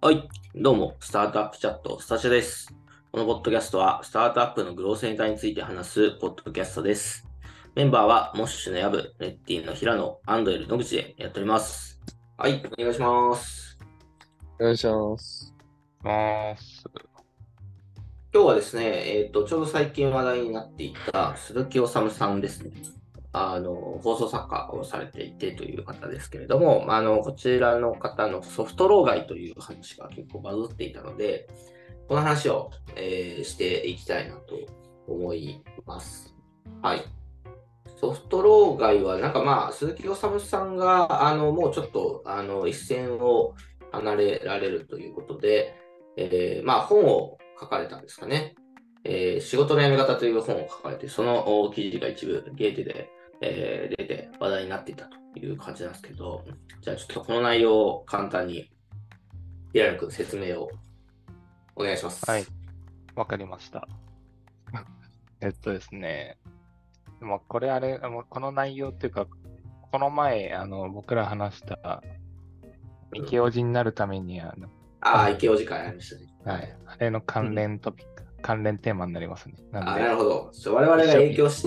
はい。どうも、スタートアップチャット、スタチャです。このポッドキャストは、スタートアップのグロースネタについて話すポッドキャストです。メンバーは、モッシュのヤブ、レッティの平野、アンドエル、野口でやっております。はい、お願いします。 お願いします。 ます。 今日はですね、ちょうど最近話題になっていた鈴木おさむさんですね。放送作家をされていてという方ですけれども、こちらの方のソフト老害という話が結構バズっていたので、この話を、していきたいなと思います。はい。ソフト老害は、鈴木おさむさんが、もうちょっと、一線を離れられるということで、本を書かれたんですかね。仕事のやめ方という本を書かれて、その記事が一部ゲーテで、出て話題になっていたという感じなんですけど、じゃあちょっとこの内容を簡単に、平野君説明をお願いしまはい、 す。 わかりました。ですね、これこの内容っていうか、この前、僕ら話した、イケオジになるために、 池尾時間ありましたね。 はい、あれの関連トピック、関連テーマになりますね。なんなで、 るほど。我々が一緒、 影響して、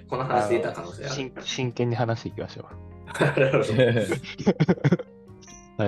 この話出た可能性ある。 真剣に話していきましょなるほど。 う。はい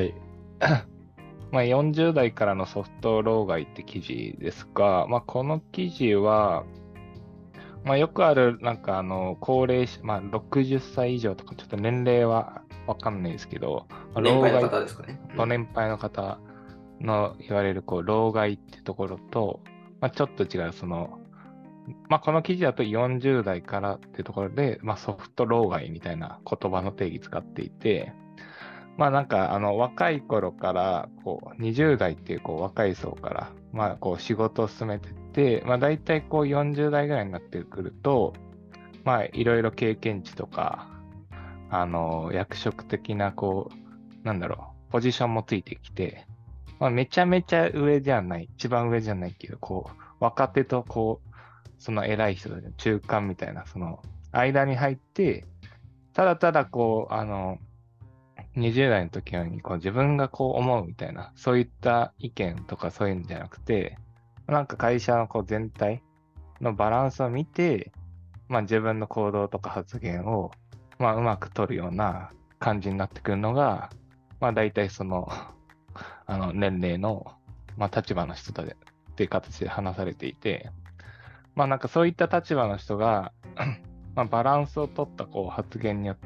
。40代からのソフト老害って記事ですが、この記事は、よくある、高齢者、60歳以上とか、ちょっと年齢はわかんないですけど、 年配の老害、 方ですかね。 ご年配の方の言われる、老害ってところと、ちょっと違う、この記事だと40代からってところで、ソフト老害みたいな言葉の定義使っていて、若い頃から、20代っていう、若い層から、仕事を進めてって、大体、40代ぐらいになってくると、いろいろ経験値とか、役職的な、ポジションもついてきて、めちゃめちゃ上じゃない、一番上じゃないけど、若手と、その偉い人たちの中間みたいな、その間に入って、ただただ、20代の時のように、自分が思うみたいな、そういった意見とかそういうんじゃなくて、会社の全体のバランスを見て、自分の行動とか発言を、うまく取るような感じになってくるのが、大体その、年齢の、立場の人でっていう形で話されていて、そういった立場の人がバランスを取った発言によって、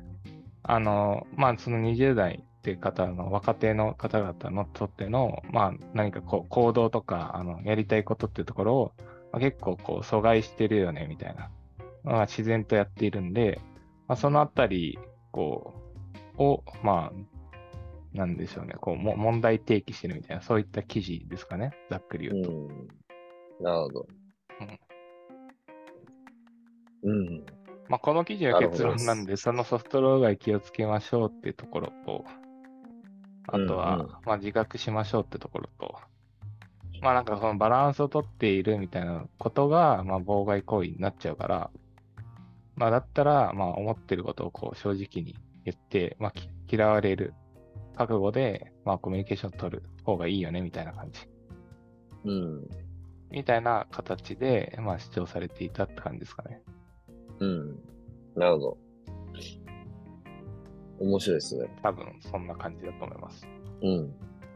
その20代っていう方の若手の方々のとっての、何か行動とか、やりたいことっていうところを、結構阻害してるよね、みたいな、自然とやっているんで、そのあたり、を、なんでしょうね、問題提起してるみたいな、そういった記事ですかね、ざっくり言うと。 なるほど。 うんうん。 この記事はなるほどです。 結論なんで、そのソフト老害気をつけましょうっていうところと、あとうんは、自覚しましょうってところと、そのバランスをとっているみたいなことが、妨害行為になっちゃうから、だったら、思ってることを正直に言って、嫌われる覚悟で、コミュニケーションを取る方がいいよね、みたいな感じ。 うん。 みたいな形で、主張されていたって感じですかね。 うん。なるほど。面白いですね。 多分、そんな感じだと思います。 うん。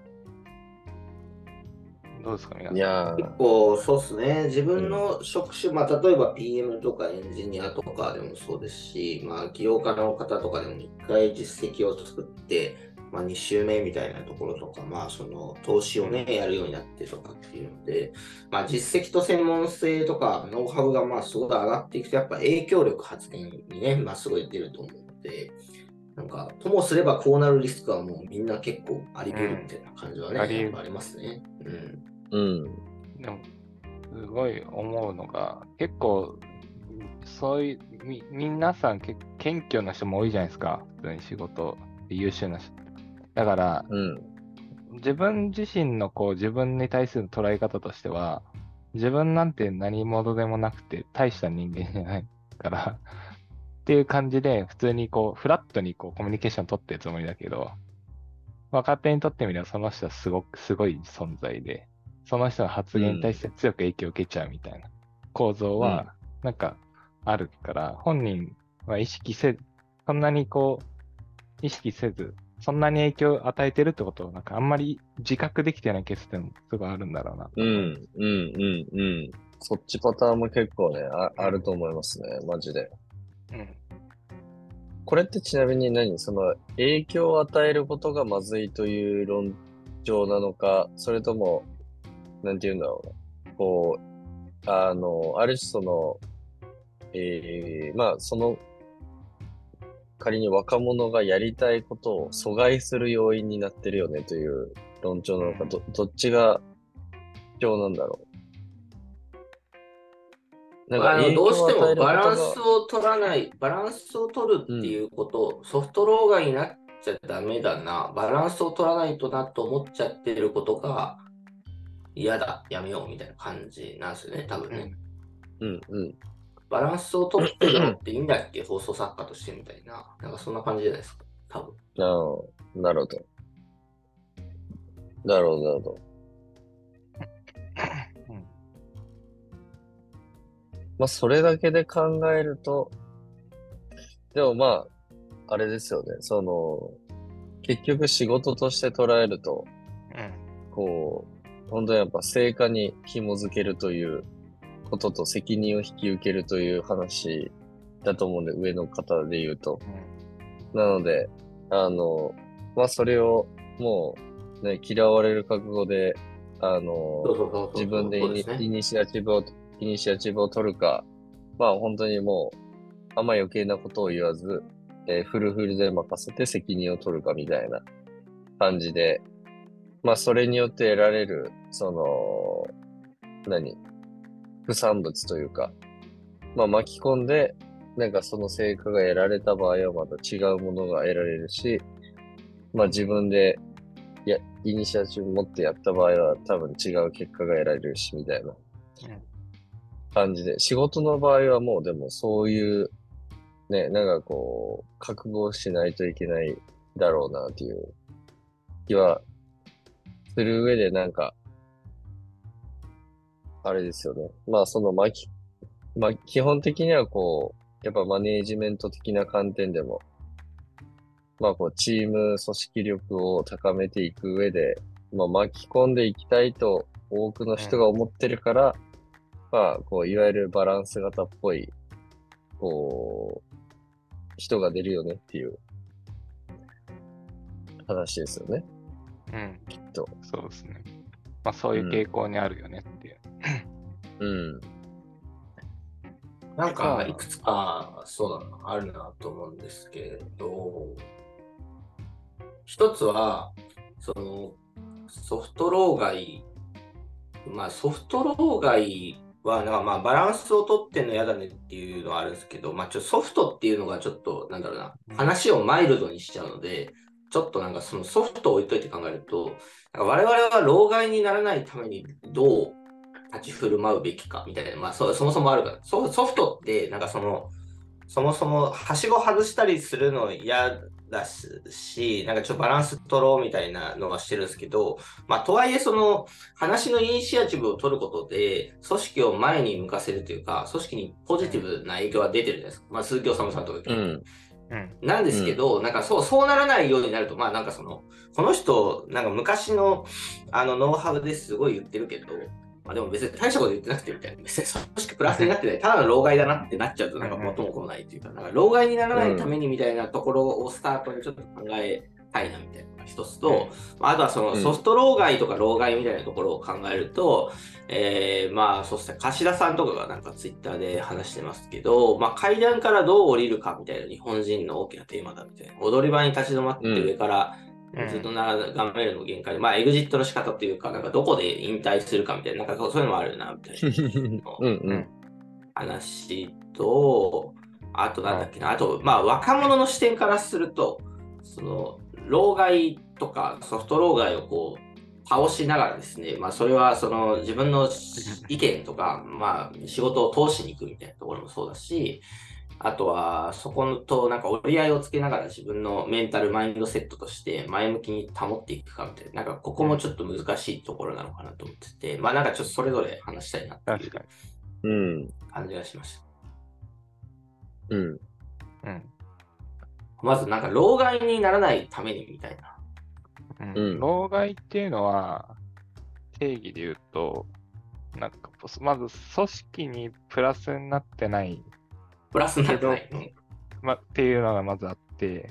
どうですか、皆いさん。 結やー、 構、そうですね。自分うん。 の職種、例えば PM とかエンジニアとかでもそうですし、起業家の方とかでも一回実績を作って、2週目みたいなところとか、その投資をね、やるようになってとかっていうので、実績と専門性とか、ノウハウがすごい上がっていくと、やっぱ影響力発言にね、すごい出ると思うので、ともすればこうなるリスクはもうみんな結構あり得るみたいな感じはね、やっぱありますね。うん。 うん。 でも、すごい思うのが、結構、そういう、皆さん謙虚な人も多いじゃないですか。普通に仕事で優秀な人。だから、 うん。 自分自身の自分に対する捉え方としては、自分なんて何者でもなくて大した人間じゃないからっていう感じで、普通にフラットにコミュニケーション取ってるつもりだけど、 若手にとってみればその人はすごい存在で、その人の発言に対して強く影響を受けちゃうみたいな構造は、なんかあるから、本人はそんなに意識せず、そんなに影響を与えてるってことを、なんかあんまり自覚できてないケースってもすごいあるんだろうなと思う。 そっちパターンも結構ね、あると思いますね、マジで。これってちなみにその影響を与えることがまずいという論調なのか、それとも、なんて言うんだろうな。ある種仮に若者がやりたいことを阻害する要因になってるよねという論調なのか、どっちが主張なんだろう。 どうしてもバランスが、 を取らない、バランスを取るっていうこと、ソフト老害になっちゃダメだな、バランスを取らないとなと思っちゃってることが嫌だ、やめようみたいな感じなんですよね、多分ね。バランスを取ってるのっていいんだっけ、放送作家としてみたいな。なんかそんな感じじゃないですか、多分。 なるほど。なるほど、なるほど。まあ、それだけで考えると、でもまあ、あれですよね。結局仕事として捉えると、本当にやっぱ成果に紐づけるということと責任を引き受けるという話だと思うんで、上の方で言うと。なので、まあ、それをもうね、嫌われる覚悟で、自分でイニシアチブを取るか、まあ本当にもう、あんま余計なことを言わず、フルフルで任せて責任を取るかみたいな感じで、まあそれによって得られる、副産物というか、まあ巻き込んで、なんかその成果が得られた場合はまた違うものが得られるし、まあ自分でイニシアチブ持ってやった場合は多分違う結果が得られるし、みたいな感じで、仕事の場合はもうでもそういう、ね、覚悟しないといけないだろうなっていう気はする上であれですよね。まあ基本的にはやっぱマネージメント的な観点でも、まあチーム組織力を高めていく上で、まあ巻き込んでいきたいと多くの人が思ってるから、まあいわゆるバランス型っぽい、人が出るよねっていう話ですよね。きっと。 そうですね。まあそういう傾向にあるよねっていう。 なんか、いくつか、そうだな、あるなと思うんですけれど、一つは、ソフト老害、まあソフト老害は、まあバランスを取ってんの嫌だねっていうのはあるんですけど、まあソフトっていうのがちょっと、なんだろうな、話をマイルドにしちゃうので、ちょっとなんかそのソフトを置いといて考えると、我々は老害にならないためにどう立ち振る舞うべきかみたいな、まあそもそもあるから、ソフトって、なんかそもそもはしご外したりするの嫌だし、なんかちょっとバランス取ろうみたいなのはしてるんですけど、まあとはいえ話のイニシアチブを取ることで、組織を前に向かせるというか、組織にポジティブな影響が出てるじゃないですか。まあ鈴木治さんとか。なんですけど、なんかそうならないようになると、まあなんかこの人、なんか昔のノウハウですごい言ってるけど、まあでも別に大したこと言ってなくてみたいな、別に組織プラスになってない、ただの老害だなってなっちゃうと、なんか元も子もないというか、なんか老害にならないためにみたいなところをスタートにちょっと考えたいなみたいなのが一つと、あとはソフト老害とか老害みたいなところを考えると、まあそうですね、柏田さんとかがなんかツイッターで話してますけど、まあ階段からどう降りるかみたいな日本人の大きなテーマだみたいな、踊り場に立ち止まって上から、ずっと眺めるの限界で、まあ、エグジットの仕方というか、なんかどこで引退するかみたいな、なんかそういうのもあるな、みたいな話と、あとなんだっけな、あと、まあ、若者の視点からすると、老害とかソフト老害を倒しながらですね、まあ、それは自分の意見とか、まあ、仕事を通しに行くみたいなところもそうだし、 あとは、そことなんか折り合いをつけながら自分のメンタルマインドセットとして前向きに保っていくかみたいな、なんかここもちょっと難しいところなのかなと思ってて、まあなんかちょっとそれぞれ話したいなっていう確かうん。 感じがしました。 うん。 に。うん。 まずなんか老害にならないためにみたいな。 老害っていうのは、定義で言うと、なんか、まず組織にプラスになってないプラスになけど、 ってない。 っていうのがまずあって、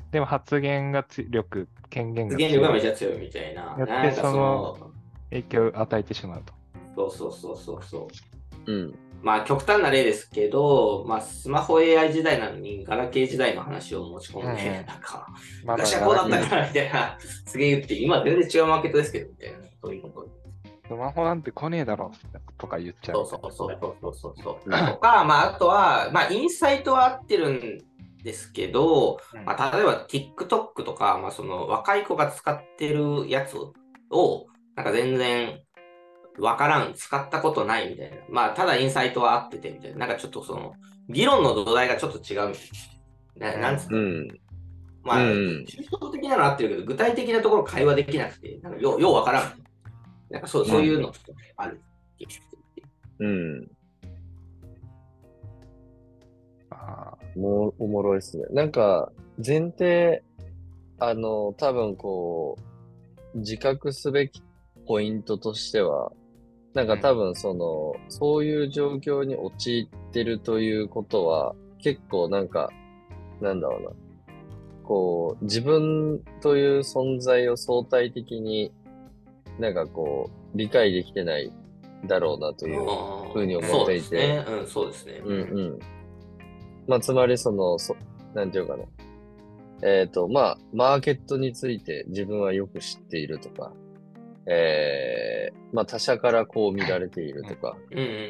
でも発言が力、権限発言力がが強い。 めちゃ強いみたいな。 やって、 なんかその影響を与えてしまうと。 そう。 うん。 まあ極端な例ですけど、まあスマホ AI 時代なのにガラケー時代の話を持ち込んで、なんか、昔はこうだったからみたいな、すげえ言って、今全然違うマーケットですけど、みたいな。そういうこと。 スマホなんて来ねえだろとか言っちゃう。 そう。とか、まああとは、まあインサイトは合ってるんですけど、まあ、例えば TikTok とか、まあその若い子が使ってるやつを、なんか全然わからん、使ったことないみたいな。まあ、ただインサイトは合っててみたいな。なんかちょっとその、議論の土台がちょっと違うみたいな。なんつうか、 うん。 まあ、抽象的なのは合ってるけど、具体的なところ会話できなくて、なんかようわからん。なんかそういうのある気がしていて。 うん。おもろいですね。なんか、前提、多分こう、自覚すべきポイントとしては、なんか多分そういう状況に陥ってるということは、結構なんか、なんだろうな。こう、自分という存在を相対的になんかこう、理解できてないだろうなというふうに思っそうていて、 ですね。そうですね。 まあ、つまりなんていうかな。まあ、マーケットについて自分はよく知っているとか、まあ、他者からこう見られているとか、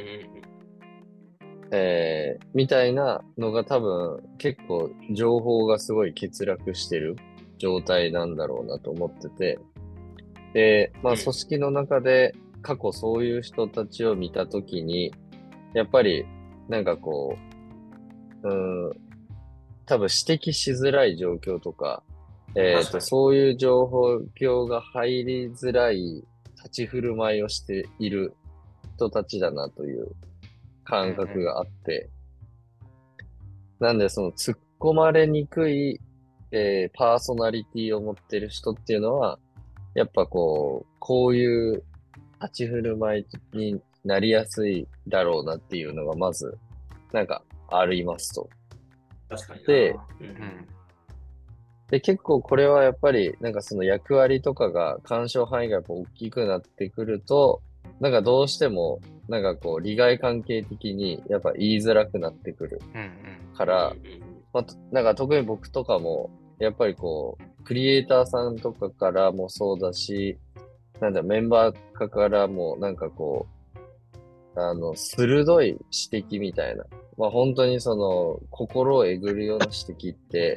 みたいなのが多分結構情報がすごい欠落してる状態なんだろうなと思ってて、で、まあ、組織の中で過去そういう人たちを見たときに、やっぱり、なんかこう、多分指摘しづらい状況とか、 確かに。 そういう情報が入りづらい立ち振る舞いをしている人たちだなという感覚があって、なんでその突っ込まれにくい、パーソナリティを持ってる人っていうのは、やっぱこういう立ち振る舞いになりやすいだろうなっていうのがまず、なんかありますと。 確かにで、 な。 結構これはやっぱり、なんかその役割とかが干渉範囲がやっぱ大きくなってくると、なんかどうしても、なんかこう、利害関係的にやっぱ言いづらくなってくるから、まあ、なんか特に僕とかも、やっぱりこう、クリエイターさんとかからもそうだし、なんだ、メンバーからもなんかこう、鋭い指摘みたいな。まあ本当に心をえぐるような指摘って、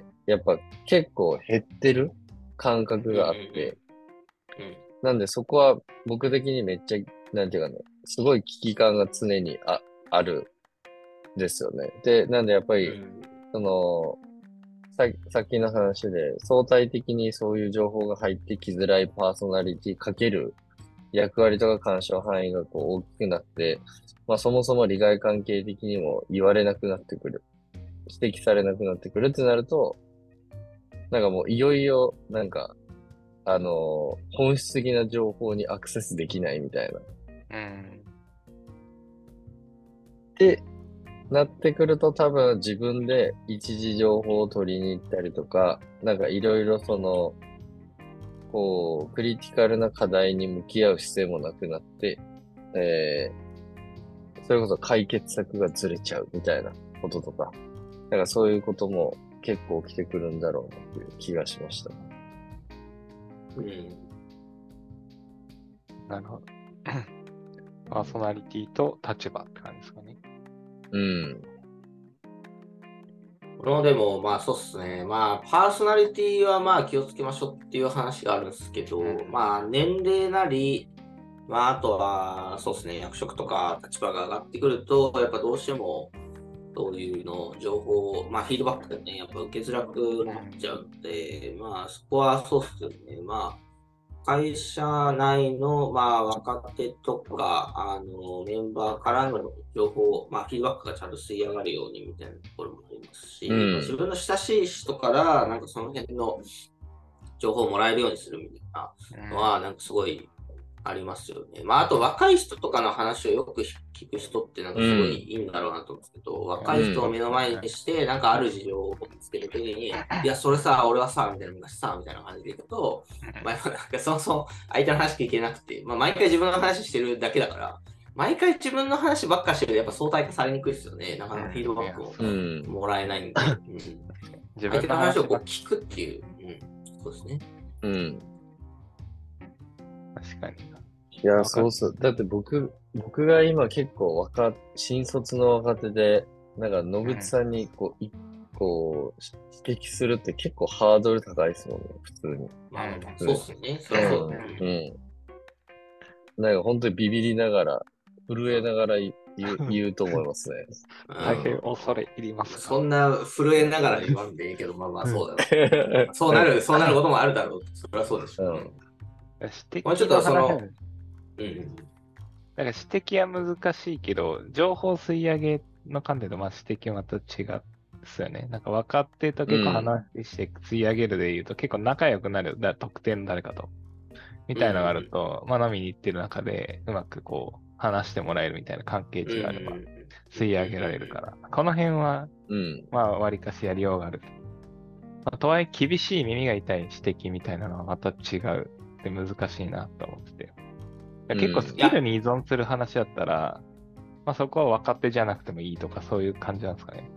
やっぱ結構減ってる感覚があって、なんでそこは僕的にめっちゃ、なんていうかね、すごい危機感が常にあるんですよね。で、なんでやっぱり、その、さっきの話で相対的にそういう情報が入ってきづらいパーソナリティかける役割とか干渉範囲がこう大きくなって、まあそもそも利害関係的にも言われなくなってくる。指摘されなくなってくるってなると、なんかもういよいよ、なんか、本質的な情報にアクセスできないみたいな。で、なってくると多分自分で一時情報を取りに行ったりとか、なんかいろいろこう、クリティカルな課題に向き合う姿勢もなくなって、それこそ解決策がずれちゃうみたいなこととか、なんかそういうことも結構起きてくるんだろうなっていう気がしました。 なるほど。パーソナリティと立場って感じですかね。 このでも、まあそうっすね。まあパーソナリティはまあ気をつけましょうっていう話があるんですけど、まあ年齢なり、まああとはそうっすね、役職とか立場が上がってくると、やっぱどうしても、 そういうの情報を、まあ、フィードバックでね、やっぱ受けづらくなっちゃうので、まあ、そこはそうっすよね。まあ、会社内の、まあ、若手とか、メンバーからの情報、まあ、フィードバックがちゃんと吸い上がるようにみたいなところもありますし、 うんまあ、自分の親しい人から、なんかその辺の情報をもらえるようにするみたいなのは、なんかすごいありますよね。まあ、あと若い人とかの話をよく聞く人ってなんかすごいいいんだろうなと思うんですけど、若い人を目の前にして、なんかある事情を見つけるときに、いや、それさ、俺はさ、みたいなのがさ、みたいな感じでいくと、まあ、なんかそもそも相手の話聞けなくて、まあ、毎回自分の話してるだけだから、毎回自分の話ばっかしてると、やっぱ相対化されにくいですよね。なかなかフィードバックをもらえないんで。相手の話をこう聞くっていう。そうですね。 確かに。 いや、そうそう。だって僕が今結構新卒の若手で、なんか野口さんに指摘するって結構ハードル高いですもんね、普通に。 まあ、そうっすね。そうなんか本当にビビりながら、震えながら言うと思いますね。 大変恐れ入ります。 そんな震えながら言わんでいいけど、まあまあそうだろう。そうなることもあるだろう。それはそうでしょう。 もうちょっとなんか指摘は難しいけど、情報吸い上げの観点とまあ指摘はまた違うんですよね。なんか分かってると結構話して吸い上げるで言うと、結構仲良くなる、特定の誰かと。みたいなのがあると、まあ飲みに行ってる中でうまくこう話してもらえるみたいな関係値があれば吸い上げられるから、この辺は、まあ割かしやりようがある。まあ、とはいえ厳しい耳が痛い指摘みたいなのはまた違うで難しいなと思ってて。結構スキルに依存する話だったら、まあそこは若手じゃなくてもいいとかそういう感じなんですかね。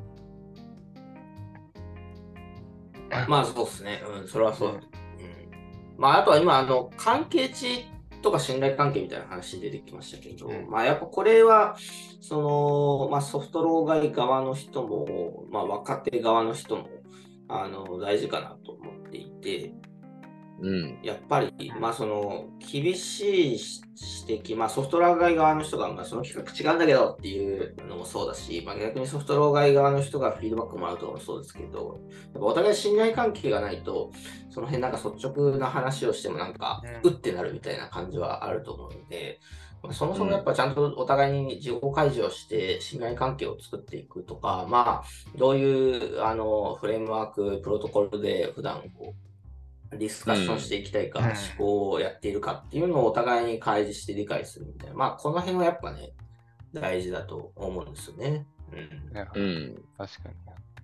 まあそうですね。それはそうだ。まああとは今、関係値とか信頼関係みたいな話出てきましたけど、まあやっぱこれは、まあソフト老害側の人も、まあ若手側の人も、大事かなと思っていて、やっぱり、まあ厳しい指摘、まあソフト老害側の人が、まあその企画違うんだけどっていうのもそうだし、まあ逆にソフト老害側の人がフィードバックもらうとかもそうですけど、やっぱお互い信頼関係がないと、その辺なんか率直な話をしてもなんか、うってなるみたいな感じはあると思うので、そもそもやっぱちゃんとお互いに自己開示をして信頼関係を作っていくとか、まあ、どういうフレームワーク、プロトコルで普段こう、ディスカッションしていきたいか、思考をやっているかっていうのをお互いに開示して理解するみたいな。まあ、この辺はやっぱね、大事だと思うんですよね。 確かに。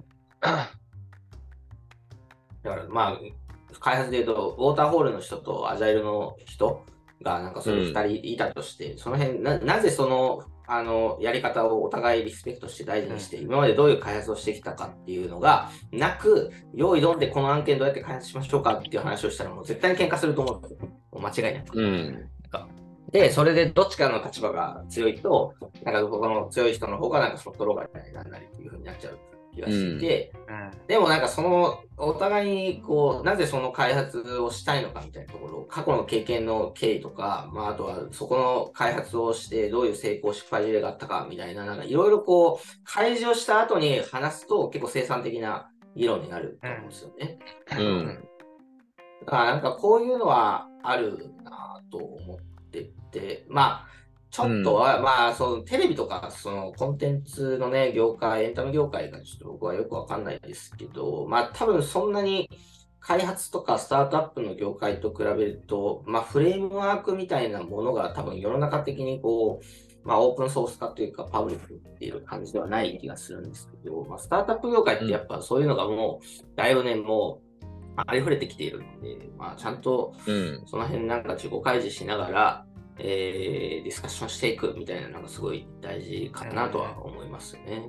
だからまあ、開発で言うと、ウォーターホールの人とアジャイルの人が、なんかそれ2人いたとして、その辺なぜその、やり方をお互いリスペクトして大事にして、今までどういう開発をしてきたかっていうのがなく、用意どんでこの案件どうやって開発しましょうかっていう話をしたら、もう絶対に喧嘩すると思うんですよ。間違いなく。で、それでどっちかの立場が強いと、なんかこの強い人の方がなんかソフトローガーになったりっていう風になっちゃう気がしていて、でもなんかお互いにこう、なぜその開発をしたいのかみたいなところ、過去の経験の経緯とか、まああとはそこの開発をしてどういう成功失敗事例があったかみたいな、なんかいろいろこう、開示をした後に話すと結構生産的な議論になると思うんですよね。だからなんかこういうのはあるなと思ってて、まあ、ちょっとは、まあ、テレビとか、コンテンツのね、業界、エンタメ業界がちょっと僕はよくわかんないですけど、まあ、多分そんなに開発とかスタートアップの業界と比べると、まあ、フレームワークみたいなものが多分世の中的にこう、まあ、オープンソース化というか、パブリックっていう感じではない気がするんですけど、まあ、スタートアップ業界ってやっぱそういうのがもう、だいぶね、もう、ありふれてきているので、まあ、ちゃんとその辺なんか自己開示しながら、ディスカッションしていくみたいなのがすごい大事かなとは思いますね。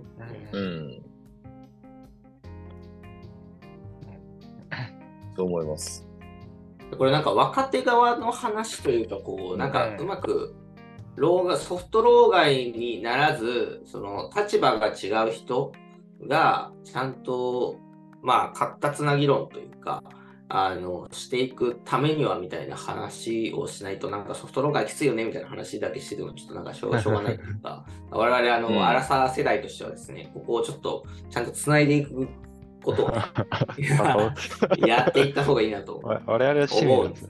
そう思います。 これなんか若手側の話というか、こう、なんかうまくソフト老害にならず、その立場が違う人がちゃんと、まあ、活発な議論というか、 していくためにはみたいな話をしないと、なんかソフトローがきついよねみたいな話だけしてても、ちょっとなんかしょうがないというか、我々、アラサー世代としてはですね、ここをちょっとちゃんとつないでいくことをね、やっていった方がいいなと我々は趣味なんですよ。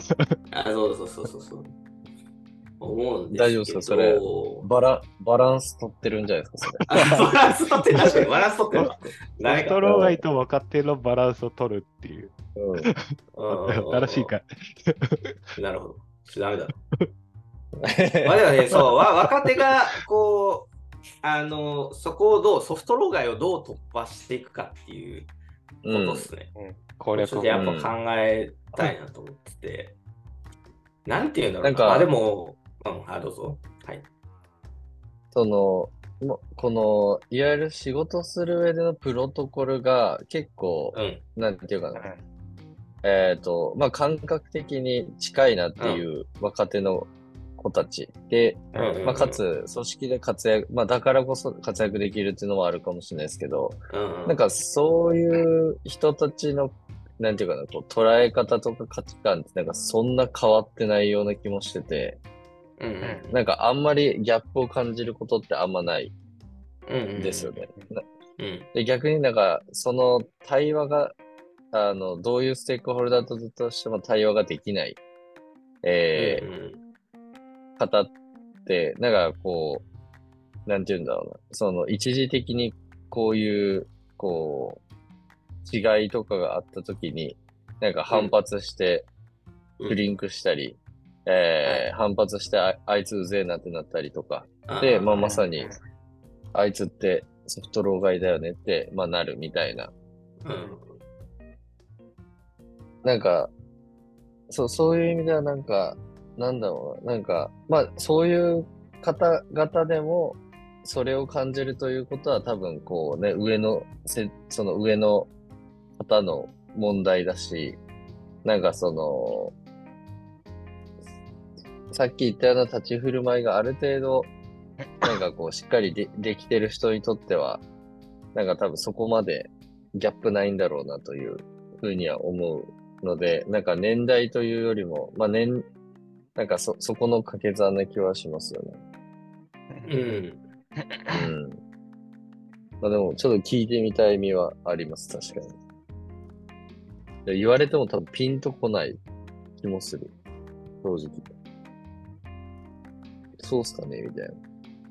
そう。思うんですけど。 大丈夫ですかそれバランス取ってるんじゃないですかバランス取って、確かにバランス取ってる。 ソフトローガイと若手のバランスを取るっていう。新しいか。 なるほど。ダメだ。まあでもね、そう、若手が、こう、そこをソフトローガイをどう突破していくかっていうことですね。 これちょっとやっぱ考えたいなと思ってて。なんていうんだろうな。 なんかでも、どうぞ。はい。 この、いわゆる仕事する上でのプロトコルが結構、なんていうかな。まあ、感覚的に近いなっていう若手の子たちで、まあ、かつ、組織で活躍、まあ、だからこそ活躍できるっていうのもあるかもしれないですけど、なんかそういう人たちの、なんていうかな、こう、捉え方とか価値観ってなんかそんな変わってないような気もしてて、なんかあんまりギャップを感じることってあんまないですよね。で、逆になんか、その対話が、どういうステークホルダーとしても対話ができない、方って、なんかこう、なんて言うんだろうな。その一時的にこういう、こう、違いとかがあった時に、なんか反発して、フリンクしたり、反発してあいつうぜえなってなったりとか。で、まあまさに、あいつってソフト老害だよねって、まあなるみたいな。なんか、そういう意味ではなんか、なんだろうな。なんか、まあそういう方々でも、それを感じるということは多分こうね、その上の方の問題だし、なんかさっき言ったような立ち振る舞いがある程度、なんかこう、しっかりできてる人にとっては、なんか多分そこまでギャップないんだろうなというふうには思うので、なんか年代というよりも、まあなんかそこの掛け算な気はしますよね。まあでも、ちょっと聞いてみたい意味はあります、確かに。言われても多分ピンとこない気もする。正直。そうっすかねみたいな。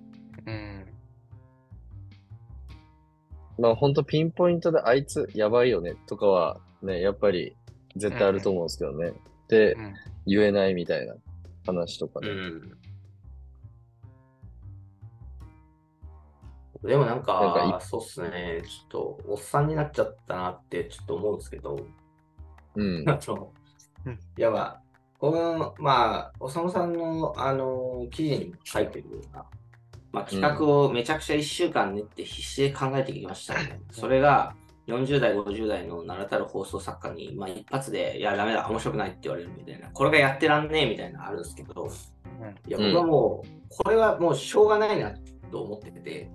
まあ本当ピンポイントであいつやばいよねとかはね、やっぱり絶対あると思うんですけどね。で、言えないみたいな話とかね。 でもなんか、そうっすね。ちょっと、おっさんになっちゃったなってちょっと思うんですけど、やば、この、まあ、おさむさんの、記事にも書いてるような、まあ、企画をめちゃくちゃ1週間練って必死で考えてきましたね。それが、40代、50代の名だたる放送作家に、まあ、一発で、いや、ダメだ、面白くないって言われるみたいな、これがやってらんねえみたいなのあるんですけど、いや、僕はもう、これはもうしょうがないなと思ってて、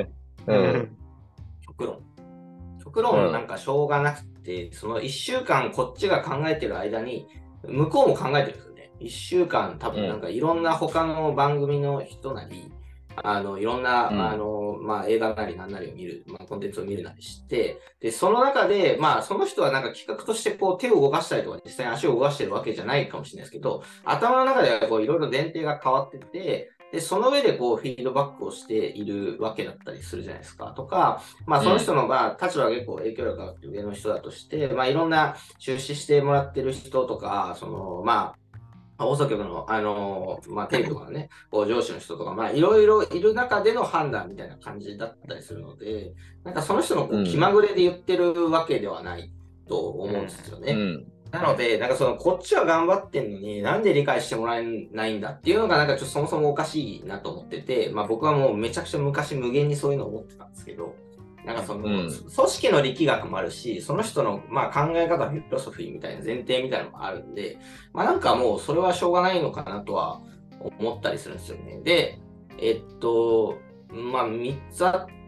極論なんかしょうがなくて、その1週間こっちが考えてる間に、向こうも考えてるんですよね。1週間多分なんかいろんな他の番組の人なり、いろんな、まあ、映画なりなんなりを見る、まあ、コンテンツを見るなりして、で、その中で、まあ、その人はなんか企画としてこう手を動かしたりとか、実際に足を動かしてるわけじゃないかもしれないですけど、頭の中ではこういろいろ前提が変わってて、で、その上でこうフィードバックをしているわけだったりするじゃないですか。とか、まあその人のまあ立場が結構影響力があって上の人だとして、まあいろんな出資してもらってる人とか、まあ放送局の、まあ、テレビとかのね、こう上司の人とか、まあ、いろいろいる中での判断みたいな感じだったりするので、なんかその人のこう気まぐれで言ってるわけではないと思うんですよね。なので、なんかこっちは頑張ってんのに、なんで理解してもらえないんだっていうのが、なんかちょっとそもそもおかしいなと思ってて、まあ僕はもうめちゃくちゃ昔無限にそういうのを思ってたんですけど、なんか組織の力学もあるし、その人のまあ考え方、フィロソフィーみたいな前提みたいなのもあるんで、まあなんかもうそれはしょうがないのかなとは思ったりするんですよね。で、まあ3つあっ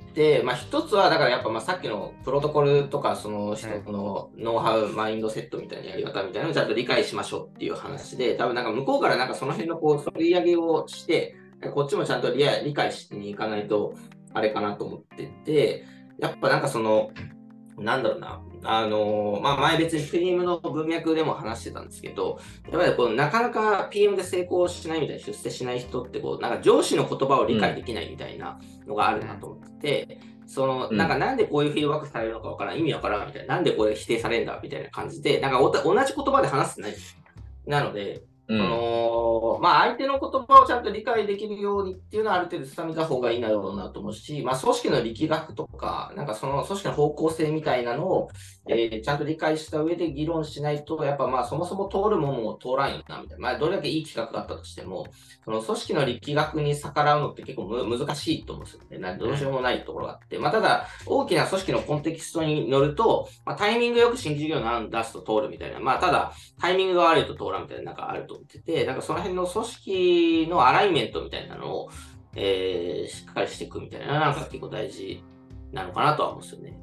て、まあ一つはだからやっぱまあさっきのプロトコルとかその人のノウハウ、マインドセットみたいなやり方みたいなのをちゃんと理解しましょうっていう話で、多分なんか向こうからなんかその辺のこう取り上げをして、こっちもちゃんと理解しに行かないとあれかなと思ってて、やっぱなんかその、なんだろうな、まあ、前別に PM の文脈でも話してたんですけど、やっぱりこうなかなか PM で成功しないみたいな、出世しない人ってこう、なんか上司の言葉を理解できないみたいなのがあるなと思ってて、その、なんかなんでこういうフィードバックされるのかわからん、意味わからんみたいな、なんでこれ否定されるんだみたいな感じで、なんか同じ言葉で話してない。なので、まあ、相手の言葉をちゃんと理解できるようにっていうのはある程度掴みた方がいいんだろうなと思うし、まあ、組織の力学とか、なんかその組織の方向性みたいなのを、ちゃんと理解した上で議論しないと、やっぱまあそもそも通るものも通らんよな、みたいな。まあ、どれだけいい企画だったとしても、その組織の力学に逆らうのって結構難しいと思うんですよね。どうしようもないところがあって。まあ、ただ、大きな組織のコンテキストに乗ると、まあ、タイミングよく新事業の案出すと通るみたいな。まあ、ただ、タイミングが悪いと通らんみたいな、なんかあると思ってて、なんかその辺の組織のアライメントみたいなのを、しっかりしていくみたいな、なんか結構大事なのかなとは思うんですよね。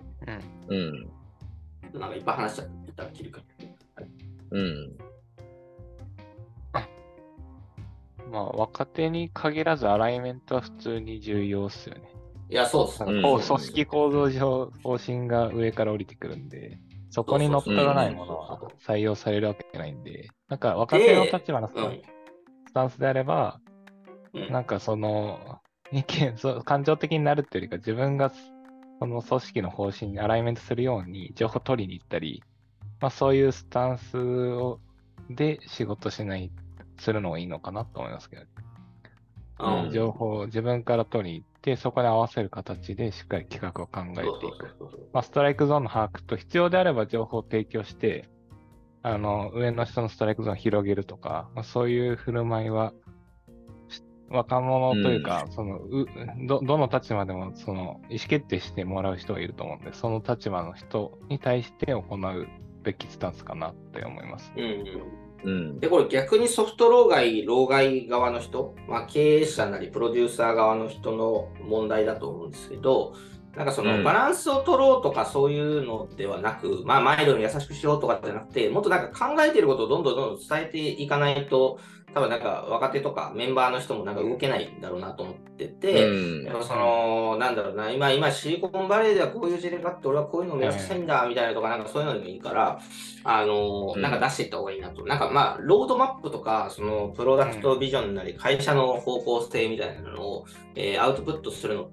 なんかいっぱい話しちゃったら切るか。 まあ、若手に限らずアライメントは普通に重要っすよね。 いや、そうですね。 組織構造上、方針が上から降りてくるんで、そこに乗っ取らないものは採用されるわけないんで、なんか若手の立場のスタンスであれば、なんかその、感情的になるっていうよりか、自分がその組織の方針にアライメントするように情報取りに行ったり、まあそういうスタンスで仕事するのがいいのかなと思いますけど、情報を自分から取りに行って、そこに合わせる形でしっかり企画を考えていく。まあ、ストライクゾーンの把握と、必要であれば情報を提供して、上の人のストライクゾーンを広げるとか、まあ、そういう振る舞いは、若者というか、どの立場でも意思決定してもらう人がいると思うんで、その立場の人に対して行うべきスタンスかなって思います。 で、これ逆にソフト老害側の人、まあ、経営者なりプロデューサー側の人の問題だと思うんですけど、なんかそのバランスを取ろうとかそういうのではなく、まあ、マイルドに優しくしようとかじゃなくて、もっとなんか考えていることをどんどん伝えていかないと、多分なんか若手とかメンバーの人もなんか動けないんだろうなと思ってて、なんだろうな、今シリコンバレーではこういう事例があって、俺はこういうのを目指したいんだみたいなとか、なんかそういうのでもいいから、なんか出していった方がいいなと。なんかまあ、ロードマップとか、そのプロダクトビジョンなり、会社の方向性みたいなのを、アウトプットするのって、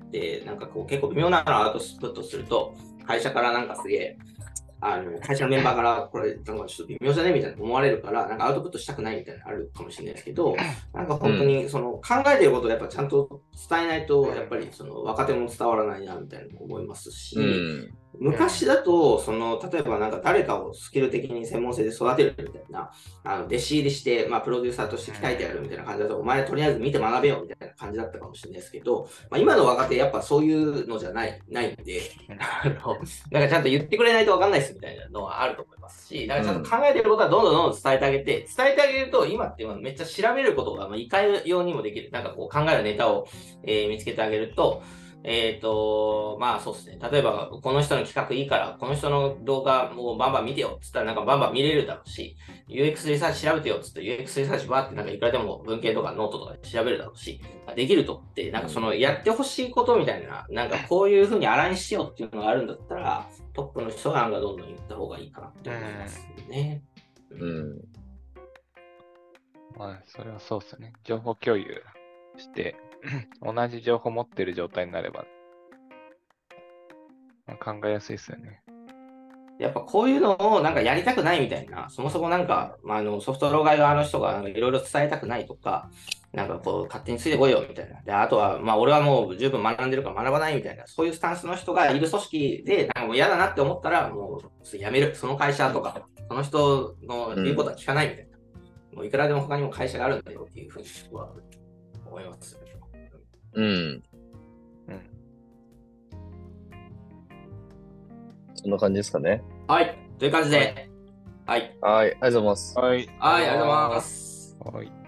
なんかこう結構微妙なのをアウトプットすると、会社からなんかすげえ、会社のメンバーから、これ、なんかちょっと微妙じゃねみたいな思われるから、なんかアウトプットしたくないみたいなのあるかもしれないですけど、なんか本当にその考えていることをやっぱちゃんと伝えないと、やっぱりその若手も伝わらないなみたいな思いますし、昔だと、例えばなんか誰かをスキル的に専門性で育てるみたいな、弟子入りして、まあ、プロデューサーとして鍛えてやるみたいな感じだと、お前とりあえず見て学べよみたいな感じだったかもしれないですけど、まあ、今の若手やっぱそういうのじゃないんで、なんかちゃんと言ってくれないと分かんないですみたいなのはあると思いますし、だからちゃんと考えてることはどんどん伝えてあげて、ると、今ってめっちゃ調べることが、いかようにもできる。なんかこう考えるネタを、見つけてあげると、まあそうですね。例えば、この人の企画いいから、この人の動画もうバンバン見てよっつったらなんかバンバン見れるだろうし、UX リサーチ調べてよっつって UX リサーチバーってなんかいくらでも文献とかノートとかで調べるだろうし、できるとって、なんかそのやってほしいことみたいな、なんかこういうふうにアラインしようっていうのがあるんだったら、トップの人がなんかどんどん言った方がいいかなって思いますね。 まあ、それはそうですね。情報共有して、同じ情報持ってる状態になれば、まあ、考えやすいですよね。 やっぱこういうのをなんかやりたくないみたいな、そもそもなんか、ソフト老害側の人がいろいろ伝えたくないとか、なんかこう勝手についてこいよみたいな。で、あとは、まあ俺はもう十分学んでるから学ばないみたいな、そういうスタンスの人がいる組織で、なんかもう嫌だなって思ったら、もう辞める。その会社とか、その人の言うことは聞かないみたいな。もういくらでも他にも会社があるんだよっていうふうには思います。 そんな感じですかね。 はい。という感じで。はい。 ありがとうございます。 はい。 ありがとうございます。 はい。